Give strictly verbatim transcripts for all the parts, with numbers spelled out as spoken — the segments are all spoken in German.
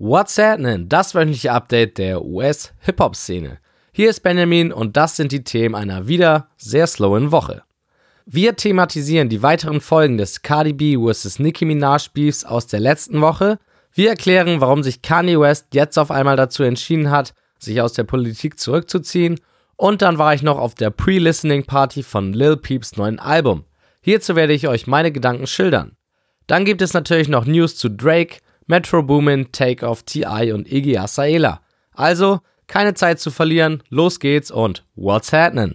What's happening? Das wöchentliche Update der U S-Hip-Hop-Szene. Hier ist Benjamin und das sind die Themen einer wieder sehr slowen Woche. Wir thematisieren die weiteren Folgen des Cardi B versus Nicki Minaj Beefs aus der letzten Woche. Wir erklären, warum sich Kanye West jetzt auf einmal dazu entschieden hat, sich aus der Politik zurückzuziehen. Und dann war ich noch auf der Pre-Listening-Party von Lil Peeps neuen Album. Hierzu werde ich euch meine Gedanken schildern. Dann gibt es natürlich noch News zu Drake, Metro Boomin, Takeoff, T I und Iggy Azalea. Also, keine Zeit zu verlieren, los geht's und what's happening?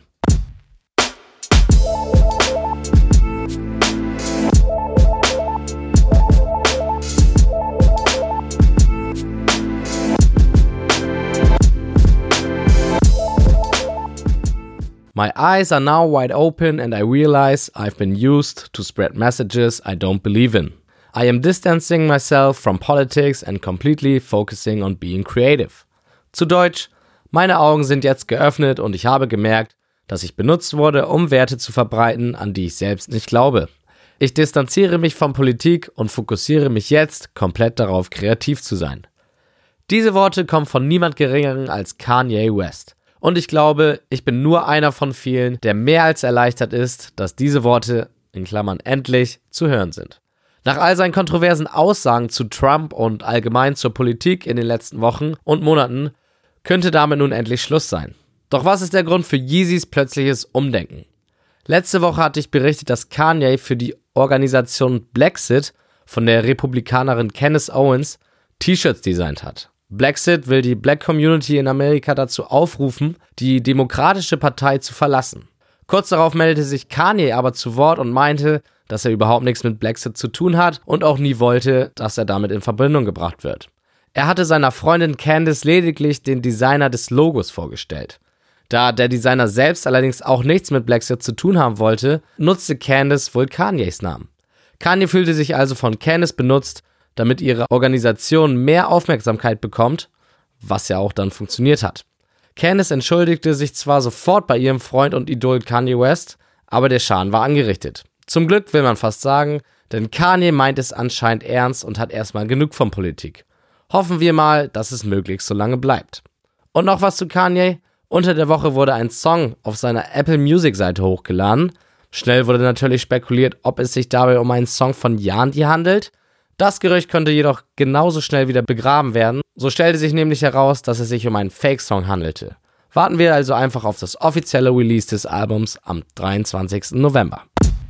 My eyes are now wide open and I realize I've been used to spread messages I don't believe in. I am distancing myself from politics and completely focusing on being creative. Zu Deutsch, meine Augen sind jetzt geöffnet und ich habe gemerkt, dass ich benutzt wurde, um Werte zu verbreiten, an die ich selbst nicht glaube. Ich distanziere mich von Politik und fokussiere mich jetzt komplett darauf, kreativ zu sein. Diese Worte kommen von niemand Geringeren als Kanye West. Und ich glaube, ich bin nur einer von vielen, der mehr als erleichtert ist, dass diese Worte, in Klammern endlich, zu hören sind. Nach all seinen kontroversen Aussagen zu Trump und allgemein zur Politik in den letzten Wochen und Monaten könnte damit nun endlich Schluss sein. Doch was ist der Grund für Yeezys plötzliches Umdenken? Letzte Woche hatte ich berichtet, dass Kanye für die Organisation Blaxit von der Republikanerin Candace Owens T-Shirts designt hat. Blaxit will die Black Community in Amerika dazu aufrufen, die Demokratische Partei zu verlassen. Kurz darauf meldete sich Kanye aber zu Wort und meinte, dass er überhaupt nichts mit Blaxit zu tun hat und auch nie wollte, dass er damit in Verbindung gebracht wird. Er hatte seiner Freundin Candace lediglich den Designer des Logos vorgestellt. Da der Designer selbst allerdings auch nichts mit Blaxit zu tun haben wollte, nutzte Candace wohl Kanyes Namen. Kanye fühlte sich also von Candace benutzt, damit ihre Organisation mehr Aufmerksamkeit bekommt, was ja auch dann funktioniert hat. Candace entschuldigte sich zwar sofort bei ihrem Freund und Idol Kanye West, aber der Schaden war angerichtet. Zum Glück will man fast sagen, denn Kanye meint es anscheinend ernst und hat erstmal genug von Politik. Hoffen wir mal, dass es möglichst so lange bleibt. Und noch was zu Kanye. Unter der Woche wurde ein Song auf seiner Apple Music Seite hochgeladen. Schnell wurde natürlich spekuliert, ob es sich dabei um einen Song von Yandhi handelt. Das Gerücht konnte jedoch genauso schnell wieder begraben werden. So stellte sich nämlich heraus, dass es sich um einen Fake-Song handelte. Warten wir also einfach auf das offizielle Release des Albums am dreiundzwanzigsten November.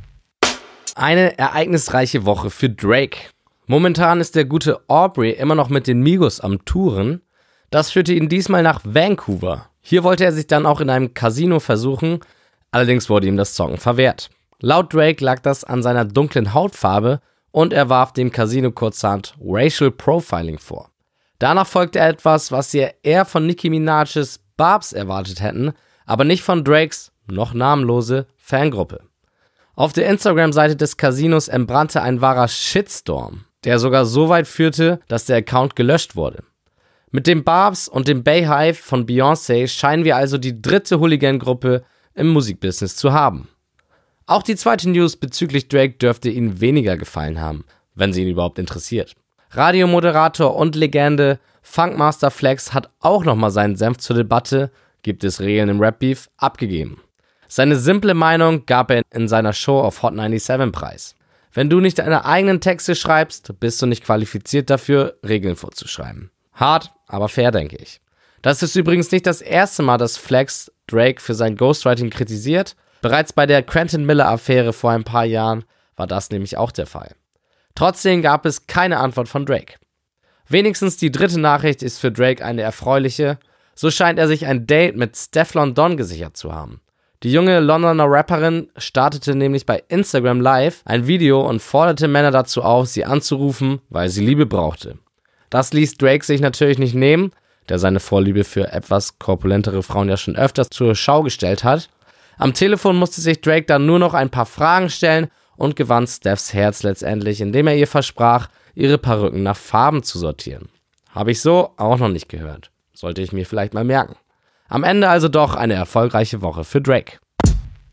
Eine ereignisreiche Woche für Drake. Momentan ist der gute Aubrey immer noch mit den Migos am Touren. Das führte ihn diesmal nach Vancouver. Hier wollte er sich dann auch in einem Casino versuchen, allerdings wurde ihm das Zocken verwehrt. Laut Drake lag das an seiner dunklen Hautfarbe und er warf dem Casino kurzerhand Racial Profiling vor. Danach folgte etwas, was sie eher von Nicki Minaj's Barbs erwartet hätten, aber nicht von Drakes noch namenlose Fangruppe. Auf der Instagram-Seite des Casinos entbrannte ein wahrer Shitstorm, der sogar so weit führte, dass der Account gelöscht wurde. Mit den Barbs und dem Bayhive von Beyoncé scheinen wir also die dritte Hooligan-Gruppe im Musikbusiness zu haben. Auch die zweite News bezüglich Drake dürfte Ihnen weniger gefallen haben, wenn sie ihn überhaupt interessiert. Radiomoderator und Legende Funkmaster Flex hat auch nochmal seinen Senf zur Debatte, gibt es Regeln im Rap-Beef, abgegeben. Seine simple Meinung gab er in seiner Show auf Hot siebenundneunzig preis. Wenn du nicht deine eigenen Texte schreibst, bist du nicht qualifiziert dafür, Regeln vorzuschreiben. Hart, aber fair, denke ich. Das ist übrigens nicht das erste Mal, dass Flex Drake für sein Ghostwriting kritisiert. Bereits bei der Quentin Miller-Affäre vor ein paar Jahren war das nämlich auch der Fall. Trotzdem gab es keine Antwort von Drake. Wenigstens die dritte Nachricht ist für Drake eine erfreuliche. So scheint er sich ein Date mit Stefflon Don gesichert zu haben. Die junge Londoner Rapperin startete nämlich bei Instagram Live ein Video und forderte Männer dazu auf, sie anzurufen, weil sie Liebe brauchte. Das ließ Drake sich natürlich nicht nehmen, der seine Vorliebe für etwas korpulentere Frauen ja schon öfters zur Schau gestellt hat. Am Telefon musste sich Drake dann nur noch ein paar Fragen stellen und gewann Steffs Herz letztendlich, indem er ihr versprach, ihre Perücken nach Farben zu sortieren. Habe ich so auch noch nicht gehört. Sollte ich mir vielleicht mal merken. Am Ende also doch eine erfolgreiche Woche für Drake.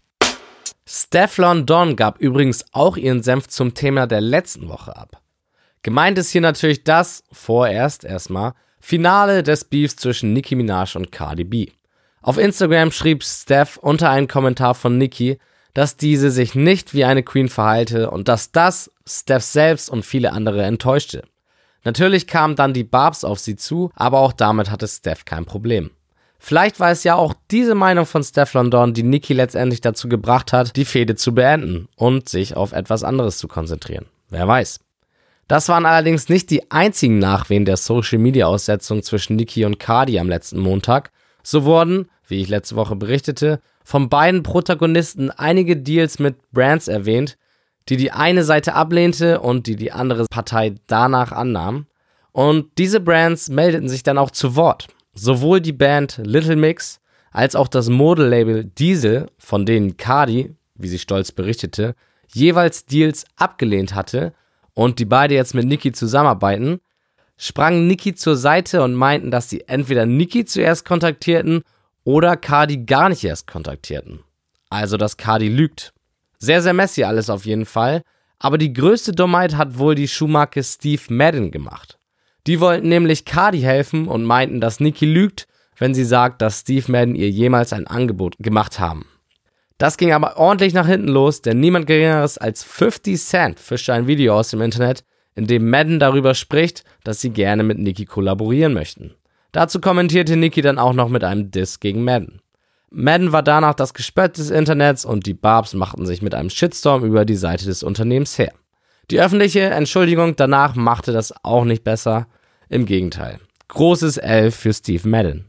Stefflon Don gab übrigens auch ihren Senf zum Thema der letzten Woche ab. Gemeint ist hier natürlich das, vorerst erstmal, Finale des Beefs zwischen Nicki Minaj und Cardi B. Auf Instagram schrieb Steph unter einen Kommentar von Nicki, dass diese sich nicht wie eine Queen verhalte und dass das Steph selbst und viele andere enttäuschte. Natürlich kamen dann die Barbs auf sie zu, aber auch damit hatte Steph kein Problem. Vielleicht war es ja auch diese Meinung von Steph London, die Nicki letztendlich dazu gebracht hat, die Fehde zu beenden und sich auf etwas anderes zu konzentrieren. Wer weiß. Das waren allerdings nicht die einzigen Nachwehen der Social-Media-Aussetzung zwischen Nicki und Cardi am letzten Montag. So wurden, wie ich letzte Woche berichtete, von beiden Protagonisten einige Deals mit Brands erwähnt, die die eine Seite ablehnte und die die andere Partei danach annahm. Und diese Brands meldeten sich dann auch zu Wort. Sowohl die Band Little Mix als auch das Modelabel Diesel, von denen Cardi, wie sie stolz berichtete, jeweils Deals abgelehnt hatte und die beide jetzt mit Nicki zusammenarbeiten, sprangen Nicki zur Seite und meinten, dass sie entweder Nicki zuerst kontaktierten oder Cardi gar nicht erst kontaktierten. Also, dass Cardi lügt. Sehr, sehr messy alles auf jeden Fall, aber die größte Dummheit hat wohl die Schuhmarke Steve Madden gemacht. Die wollten nämlich Cardi helfen und meinten, dass Nicki lügt, wenn sie sagt, dass Steve Madden ihr jemals ein Angebot gemacht haben. Das ging aber ordentlich nach hinten los, denn niemand Geringeres als fifty Cent fischte ein Video aus dem Internet, in dem Madden darüber spricht, dass sie gerne mit Nicki kollaborieren möchten. Dazu kommentierte Nicki dann auch noch mit einem Diss gegen Madden. Madden war danach das Gespött des Internets und die Barbs machten sich mit einem Shitstorm über die Seite des Unternehmens her. Die öffentliche Entschuldigung danach machte das auch nicht besser, im Gegenteil. Großes L für Steve Madden.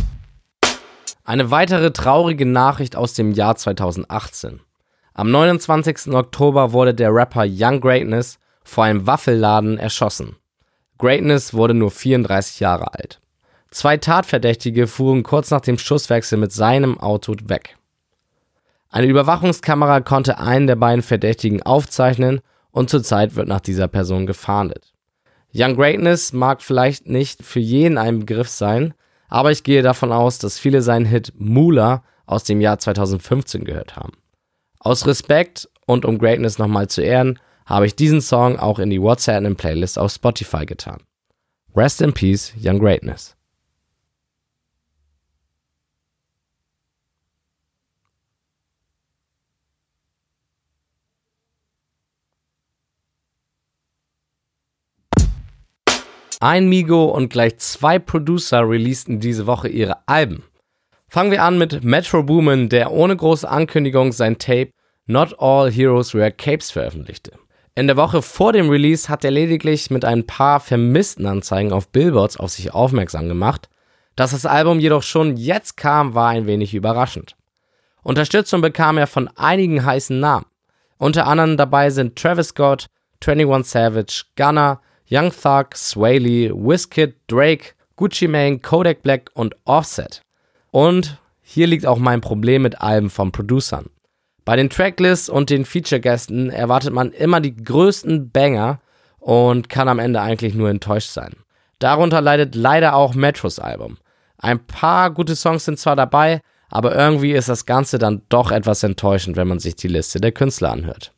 Eine weitere traurige Nachricht aus dem Jahr zweitausendachtzehn. Am neunundzwanzigsten Oktober wurde der Rapper Young Greatness vor einem Waffelladen erschossen. Greatness wurde nur vierunddreißig Jahre alt. Zwei Tatverdächtige fuhren kurz nach dem Schusswechsel mit seinem Auto weg. Eine Überwachungskamera konnte einen der beiden Verdächtigen aufzeichnen und zurzeit wird nach dieser Person gefahndet. Young Greatness mag vielleicht nicht für jeden ein Begriff sein, aber ich gehe davon aus, dass viele seinen Hit Moolah aus dem Jahr zweitausendfünfzehn gehört haben. Aus Respekt und um Greatness nochmal zu ehren, habe ich diesen Song auch in die What's Happening Playlist auf Spotify getan. Rest in Peace, Young Greatness. Ein Migo und gleich zwei Producer releasten diese Woche ihre Alben. Fangen wir an mit Metro Boomin, der ohne große Ankündigung sein Tape Not All Heroes Wear Capes veröffentlichte. In der Woche vor dem Release hat er lediglich mit ein paar vermissten Anzeigen auf Billboards auf sich aufmerksam gemacht. Dass das Album jedoch schon jetzt kam, war ein wenig überraschend. Unterstützung bekam er von einigen heißen Namen. Unter anderem dabei sind Travis Scott, twenty-one Savage, Gunna, Young Thug, Sway Lee, Wizkid, Drake, Gucci Mane, Kodak Black und Offset. Und hier liegt auch mein Problem mit Alben von Producern. Bei den Tracklists und den Feature-Gästen erwartet man immer die größten Banger und kann am Ende eigentlich nur enttäuscht sein. Darunter leidet leider auch Metros Album. Ein paar gute Songs sind zwar dabei, aber irgendwie ist das Ganze dann doch etwas enttäuschend, wenn man sich die Liste der Künstler anhört.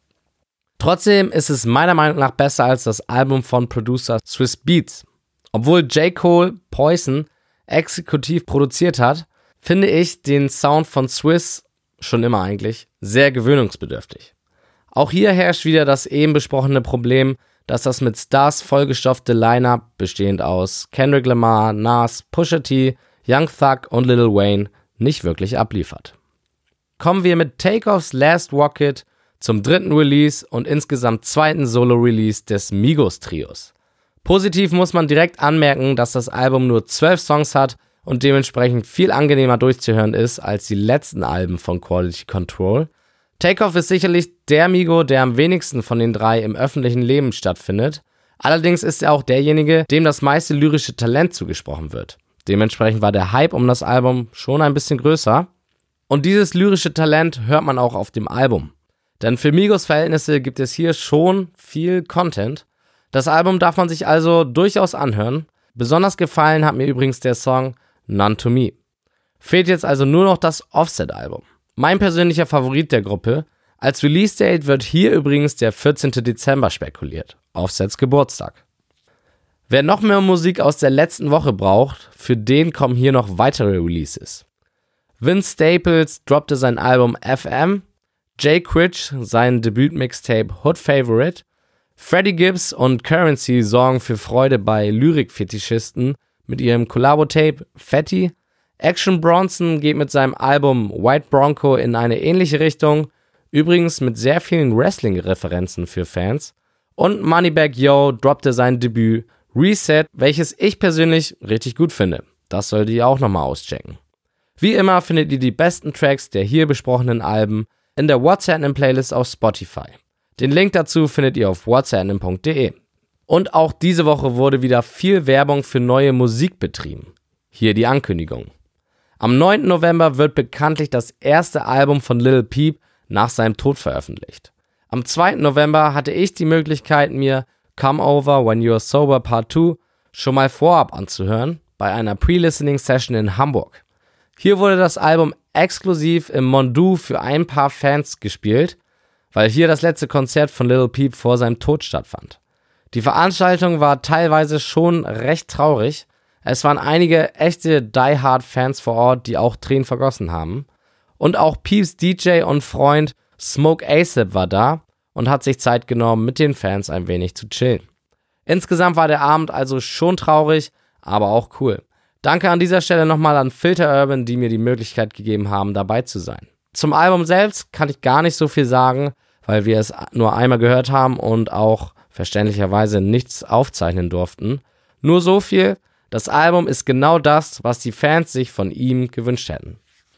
Trotzdem ist es meiner Meinung nach besser als das Album von Producer Swizz Beatz. Obwohl J. Cole Poison exekutiv produziert hat, finde ich den Sound von Swizz, schon immer eigentlich, sehr gewöhnungsbedürftig. Auch hier herrscht wieder das eben besprochene Problem, dass das mit Stars vollgestopfte Line-Up, bestehend aus Kendrick Lamar, Nas, Pusha T, Young Thug und Lil Wayne, nicht wirklich abliefert. Kommen wir mit Takeoffs Last Rocket zum dritten Release und insgesamt zweiten Solo-Release des Migos-Trios. Positiv muss man direkt anmerken, dass das Album nur zwölf Songs hat und dementsprechend viel angenehmer durchzuhören ist als die letzten Alben von Quality Control. Takeoff ist sicherlich der Migo, der am wenigsten von den drei im öffentlichen Leben stattfindet. Allerdings ist er auch derjenige, dem das meiste lyrische Talent zugesprochen wird. Dementsprechend war der Hype um das Album schon ein bisschen größer. Und dieses lyrische Talent hört man auch auf dem Album. Denn für Migos Verhältnisse gibt es hier schon viel Content. Das Album darf man sich also durchaus anhören. Besonders gefallen hat mir übrigens der Song None to Me. Fehlt jetzt also nur noch das Offset-Album. Mein persönlicher Favorit der Gruppe, Als Release-Date wird hier übrigens der vierzehnten Dezember spekuliert, Offsets Geburtstag. Wer noch mehr Musik aus der letzten Woche braucht, für den kommen hier noch weitere Releases. Vince Staples droppte sein Album F M, Jay Critch sein Debüt-Mixtape Hood Favorite, Freddie Gibbs und Currency sorgen für Freude bei Lyrik-Fetischisten mit ihrem Collabo-Tape Fatty, Action Bronson geht mit seinem Album White Bronco in eine ähnliche Richtung, übrigens mit sehr vielen Wrestling-Referenzen für Fans, und Moneybagg Yo droppte sein Debüt Reset, welches ich persönlich richtig gut finde. Das solltet ihr auch nochmal auschecken. Wie immer findet ihr die besten Tracks der hier besprochenen Alben in der What's Happening Playlist auf Spotify. Den Link dazu findet ihr auf whats happening punkt de. Und auch diese Woche wurde wieder viel Werbung für neue Musik betrieben. Hier die Ankündigung. Am neunten November wird bekanntlich das erste Album von Lil Peep nach seinem Tod veröffentlicht. Am zweiten November hatte ich die Möglichkeit, mir Come Over When You're Sober Part zwei schon mal vorab anzuhören, bei einer Pre-Listening-Session in Hamburg. Hier wurde das Album exklusiv im Mondu für ein paar Fans gespielt, weil hier das letzte Konzert von Lil Peep vor seinem Tod stattfand. Die Veranstaltung war teilweise schon recht traurig. Es waren einige echte Die-Hard-Fans vor Ort, die auch Tränen vergossen haben. Und auch Peeps D J und Freund Smoke A$AP war da und hat sich Zeit genommen, mit den Fans ein wenig zu chillen. Insgesamt war der Abend also schon traurig, aber auch cool. Danke an dieser Stelle nochmal an Filter Urban, die mir die Möglichkeit gegeben haben, dabei zu sein. Zum Album selbst kann ich gar nicht so viel sagen, weil wir es nur einmal gehört haben und auch verständlicherweise nichts aufzeichnen durften. Nur so viel, das Album ist genau das, was die Fans sich von ihm gewünscht hätten.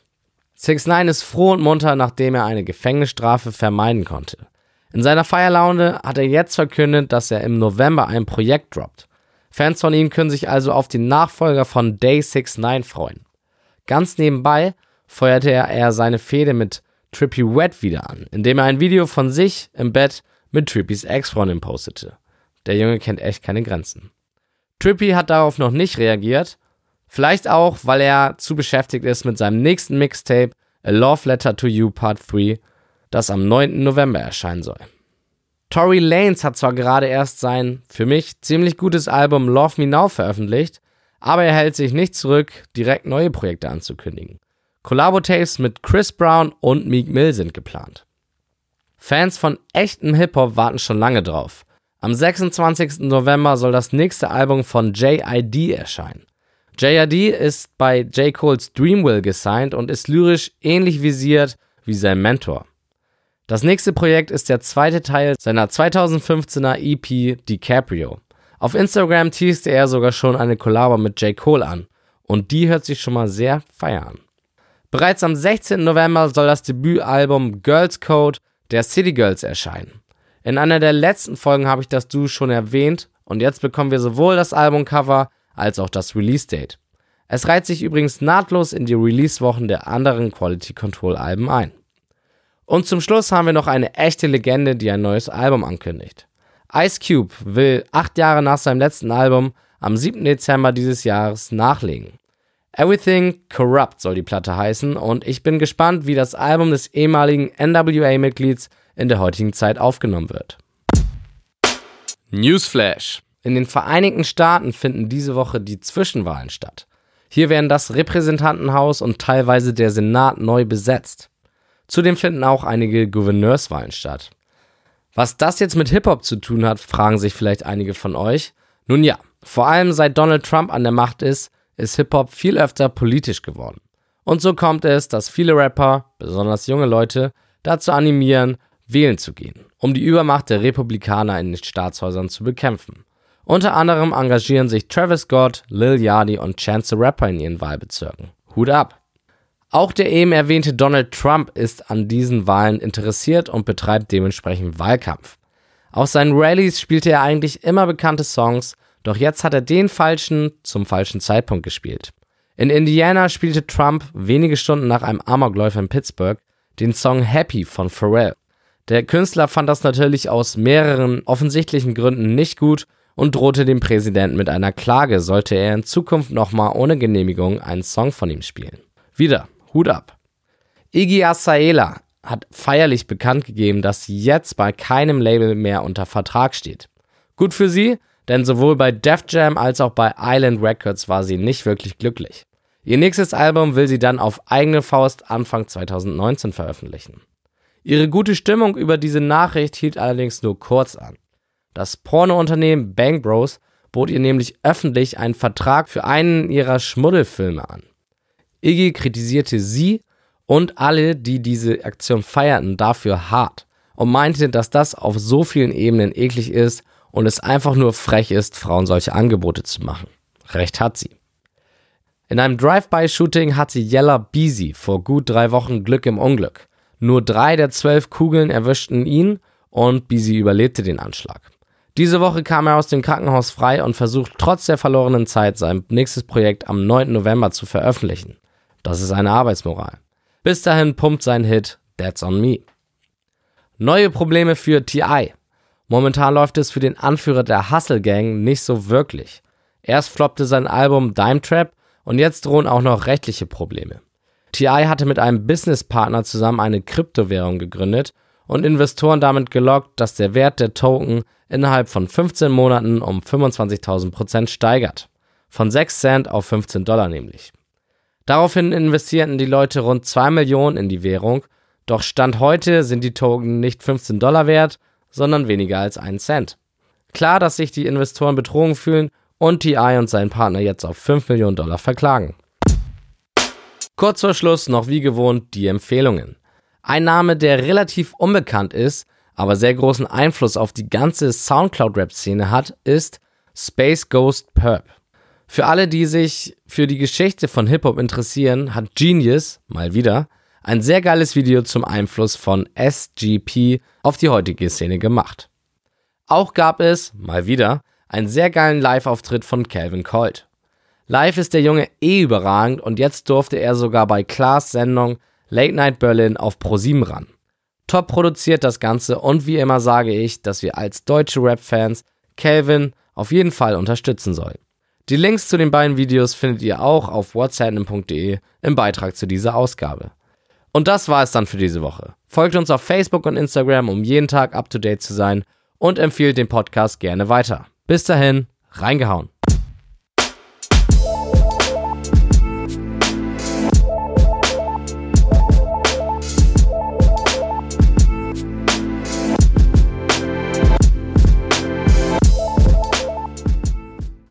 six ix ist froh und munter, nachdem er eine Gefängnisstrafe vermeiden konnte. In seiner Feierlaune hat er jetzt verkündet, dass er im November ein Projekt droppt. Fans von ihm können sich also auf den Nachfolger von Day six ix freuen. Ganz nebenbei feuerte er seine Fehde mit Trippie Redd wieder an, indem er ein Video von sich im Bett mit Trippies Ex-Freundin postete. Der Junge kennt echt keine Grenzen. Trippie hat darauf noch nicht reagiert, vielleicht auch, weil er zu beschäftigt ist mit seinem nächsten Mixtape A Love Letter to You Part drei, das am neunten November erscheinen soll. Tory Lanez hat zwar gerade erst sein, für mich, ziemlich gutes Album Love Me Now veröffentlicht, aber er hält sich nicht zurück, direkt neue Projekte anzukündigen. Collabo-Tapes mit Chris Brown und Meek Mill sind geplant. Fans von echtem Hip-Hop warten schon lange drauf. Am sechsundzwanzigsten November soll das nächste Album von J I D erscheinen. J I D ist bei J. Cole's Dreamville gesigned und ist lyrisch ähnlich visiert wie sein Mentor. Das nächste Projekt ist der zweite Teil seiner zweitausendfünfzehner E P DiCaprio. Auf Instagram teaste er sogar schon eine Collabo mit J. Cole an und die hört sich schon mal sehr feier an. Bereits am sechzehnten November soll das Debütalbum Girls Code der City Girls erscheinen. In einer der letzten Folgen habe ich das Duo schon erwähnt und jetzt bekommen wir sowohl das Albumcover als auch das Release-Date. Es reiht sich übrigens nahtlos in die Release-Wochen der anderen Quality Control Alben ein. Und zum Schluss haben wir noch eine echte Legende, die ein neues Album ankündigt. Ice Cube will acht Jahre nach seinem letzten Album am siebten Dezember dieses Jahres nachlegen. Everything Corrupt soll die Platte heißen und ich bin gespannt, wie das Album des ehemaligen N W A-Mitglieds in der heutigen Zeit aufgenommen wird. Newsflash: In den Vereinigten Staaten finden diese Woche die Zwischenwahlen statt. Hier werden das Repräsentantenhaus und teilweise der Senat neu besetzt. Zudem finden auch einige Gouverneurswahlen statt. Was das jetzt mit Hip-Hop zu tun hat, fragen sich vielleicht einige von euch. Nun ja, vor allem seit Donald Trump an der Macht ist, ist Hip-Hop viel öfter politisch geworden. Und so kommt es, dass viele Rapper, besonders junge Leute, dazu animieren, wählen zu gehen, um die Übermacht der Republikaner in den Staatshäusern zu bekämpfen. Unter anderem engagieren sich Travis Scott, Lil Yachty und Chance the Rapper in ihren Wahlbezirken. Hut ab! Auch der eben erwähnte Donald Trump ist an diesen Wahlen interessiert und betreibt dementsprechend Wahlkampf. Auf seinen Rallyes spielte er eigentlich immer bekannte Songs, doch jetzt hat er den falschen zum falschen Zeitpunkt gespielt. In Indiana spielte Trump wenige Stunden nach einem Amokläufer in Pittsburgh den Song Happy von Pharrell. Der Künstler fand das natürlich aus mehreren offensichtlichen Gründen nicht gut und drohte dem Präsidenten mit einer Klage, sollte er in Zukunft nochmal ohne Genehmigung einen Song von ihm spielen. Wieder, Hut ab. Iggy Azalea, hat feierlich bekannt gegeben, dass sie jetzt bei keinem Label mehr unter Vertrag steht. Gut für sie, denn sowohl bei Def Jam als auch bei Island Records war sie nicht wirklich glücklich. Ihr nächstes Album will sie dann auf eigene Faust Anfang zwanzig neunzehn veröffentlichen. Ihre gute Stimmung über diese Nachricht hielt allerdings nur kurz an. Das Pornounternehmen Bang Bros bot ihr nämlich öffentlich einen Vertrag für einen ihrer Schmuddelfilme an. Iggy kritisierte sie und alle, die diese Aktion feierten, dafür hart und meinte, dass das auf so vielen Ebenen eklig ist und es einfach nur frech ist, Frauen solche Angebote zu machen. Recht hat sie. In einem Drive-by-Shooting hatte Yella Beezy vor gut drei Wochen Glück im Unglück. Nur drei der zwölf Kugeln erwischten ihn und Beezy überlebte den Anschlag. Diese Woche kam er aus dem Krankenhaus frei und versucht trotz der verlorenen Zeit sein nächstes Projekt am neunten November zu veröffentlichen. Das ist eine Arbeitsmoral. Bis dahin pumpt sein Hit That's on Me. Neue Probleme für T I Momentan läuft es für den Anführer der Hustle Gang nicht so wirklich. Erst floppte sein Album Dime Trap und jetzt drohen auch noch rechtliche Probleme. T I hatte mit einem Businesspartner zusammen eine Kryptowährung gegründet und Investoren damit gelockt, dass der Wert der Token innerhalb von fünfzehn Monaten um fünfundzwanzigtausend Prozent steigert. Von sechs Cent auf fünfzehn Dollar nämlich. Daraufhin investierten die Leute rund zwei Millionen in die Währung, doch Stand heute sind die Token nicht fünfzehn Dollar wert, sondern weniger als einen Cent. Klar, dass sich die Investoren betrogen fühlen und T I und sein Partner jetzt auf fünf Millionen Dollar verklagen. Kurz vor Schluss noch wie gewohnt die Empfehlungen. Ein Name, der relativ unbekannt ist, aber sehr großen Einfluss auf die ganze Soundcloud-Rap-Szene hat, ist Space Ghost Purp. Für alle, die sich für die Geschichte von Hip-Hop interessieren, hat Genius, mal wieder, ein sehr geiles Video zum Einfluss von S G P auf die heutige Szene gemacht. Auch gab es, mal wieder, einen sehr geilen Live-Auftritt von Calvin Colt. Live ist der Junge eh überragend und jetzt durfte er sogar bei Klaas' Sendung Late Night Berlin auf ProSieben ran. Top produziert das Ganze und wie immer sage ich, dass wir als deutsche Rap-Fans Calvin auf jeden Fall unterstützen sollen. Die Links zu den beiden Videos findet ihr auch auf what's happening punkt de im Beitrag zu dieser Ausgabe. Und das war es dann für diese Woche. Folgt uns auf Facebook und Instagram, um jeden Tag up to date zu sein und empfiehlt den Podcast gerne weiter. Bis dahin, reingehauen.